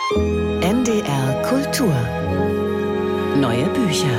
NDR Kultur. Neue Bücher.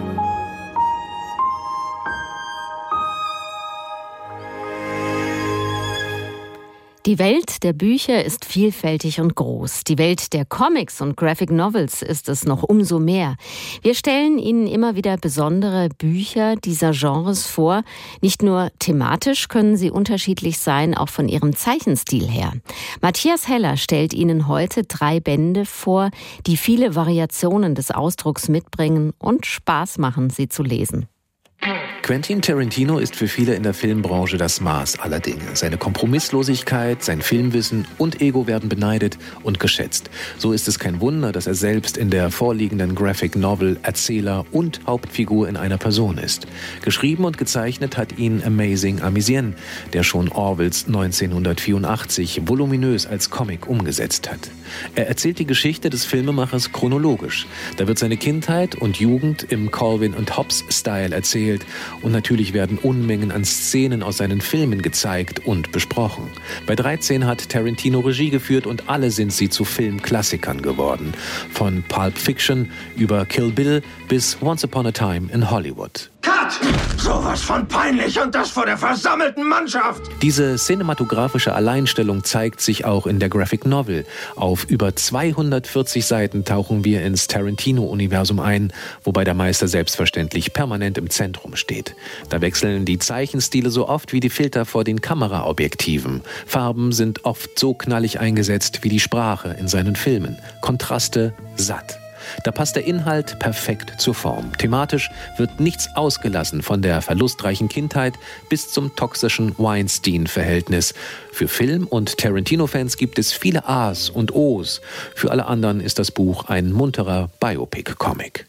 Die Welt der Bücher ist vielfältig und groß. Die Welt der Comics und Graphic Novels ist es noch umso mehr. Wir stellen Ihnen immer wieder besondere Bücher dieser Genres vor. Nicht nur thematisch können sie unterschiedlich sein, auch von ihrem Zeichenstil her. Matthias Heller stellt Ihnen heute 3 Bände vor, die viele Variationen des Ausdrucks mitbringen und Spaß machen, sie zu lesen. Quentin Tarantino ist für viele in der Filmbranche das Maß aller Dinge. Seine Kompromisslosigkeit, sein Filmwissen und Ego werden beneidet und geschätzt. So ist es kein Wunder, dass er selbst in der vorliegenden Graphic Novel Erzähler und Hauptfigur in einer Person ist. Geschrieben und gezeichnet hat ihn Amazing Amizienne, der schon Orwells 1984 voluminös als Comic umgesetzt hat. Er erzählt die Geschichte des Filmemachers chronologisch. Da wird seine Kindheit und Jugend im Calvin und Hobbes-Style erzählt und natürlich werden Unmengen an Szenen aus seinen Filmen gezeigt und besprochen. Bei 13 hat Tarantino Regie geführt und alle sind sie zu Filmklassikern geworden. Von Pulp Fiction über Kill Bill bis Once Upon a Time in Hollywood. Cut! Sowas von peinlich und das vor der versammelten Mannschaft! Diese cinematografische Alleinstellung zeigt sich auch in der Graphic Novel. Auf über 240 Seiten tauchen wir ins Tarantino-Universum ein, wobei der Meister selbstverständlich permanent im Zentrum steht. Da wechseln die Zeichenstile so oft wie die Filter vor den Kameraobjektiven. Farben sind oft so knallig eingesetzt wie die Sprache in seinen Filmen. Kontraste satt. Da passt der Inhalt perfekt zur Form. Thematisch wird nichts ausgelassen, von der verlustreichen Kindheit bis zum toxischen Weinstein-Verhältnis. Für Film- und Tarantino-Fans gibt es viele A's und O's. Für alle anderen ist das Buch ein munterer Biopic-Comic.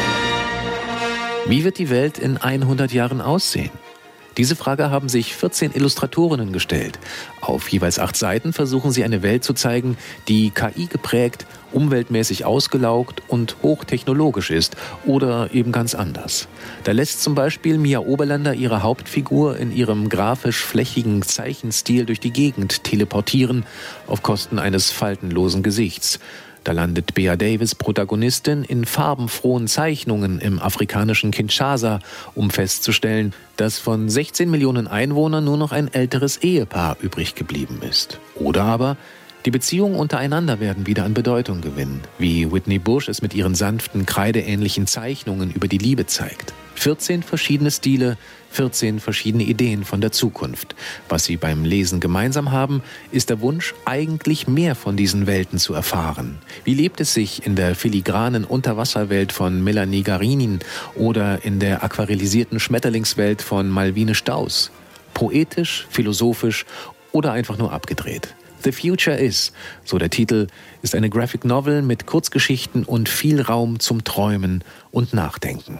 Wie wird die Welt in 100 Jahren aussehen? Diese Frage haben sich 14 Illustratorinnen gestellt. Auf jeweils 8 Seiten versuchen sie eine Welt zu zeigen, die KI geprägt, umweltmäßig ausgelaugt und hochtechnologisch ist oder eben ganz anders. Da lässt zum Beispiel Mia Oberländer ihre Hauptfigur in ihrem grafisch flächigen Zeichenstil durch die Gegend teleportieren, auf Kosten eines faltenlosen Gesichts. Da landet Bea Davis, Protagonistin, in farbenfrohen Zeichnungen im afrikanischen Kinshasa, um festzustellen, dass von 16 Millionen Einwohnern nur noch ein älteres Ehepaar übrig geblieben ist. Oder aber die Beziehungen untereinander werden wieder an Bedeutung gewinnen, wie Whitney Bush es mit ihren sanften, kreideähnlichen Zeichnungen über die Liebe zeigt. 14 verschiedene Stile, 14 verschiedene Ideen von der Zukunft. Was sie beim Lesen gemeinsam haben, ist der Wunsch, eigentlich mehr von diesen Welten zu erfahren. Wie lebt es sich in der filigranen Unterwasserwelt von Melanie Garinin oder in der aquarellisierten Schmetterlingswelt von Malvine Staus? Poetisch, philosophisch oder einfach nur abgedreht? The Future Is, so der Titel, ist eine Graphic Novel mit Kurzgeschichten und viel Raum zum Träumen und Nachdenken.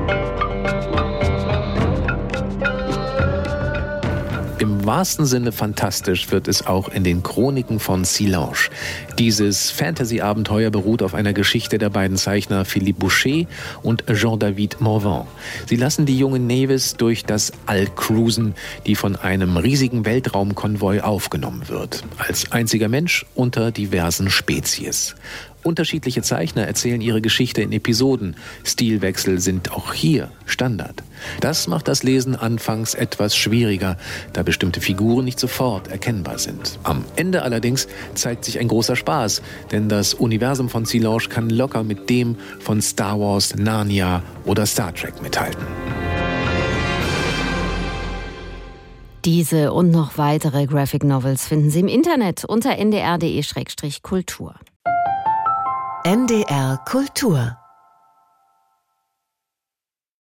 Im wahrsten Sinne fantastisch wird es auch in den Chroniken von Silence. Dieses Fantasy-Abenteuer beruht auf einer Geschichte der beiden Zeichner Philippe Boucher und Jean-David Morvan. Sie lassen die junge Nevis durch das All cruisen, die von einem riesigen Weltraumkonvoi aufgenommen wird. Als einziger Mensch unter diversen Spezies. Unterschiedliche Zeichner erzählen ihre Geschichte in Episoden. Stilwechsel sind auch hier Standard. Das macht das Lesen anfangs etwas schwieriger, da bestimmte Figuren nicht sofort erkennbar sind. Am Ende allerdings zeigt sich ein großer Spaß, denn das Universum von Silence kann locker mit dem von Star Wars, Narnia oder Star Trek mithalten. Diese und noch weitere Graphic Novels finden Sie im Internet unter ndr.de/kultur. NDR Kultur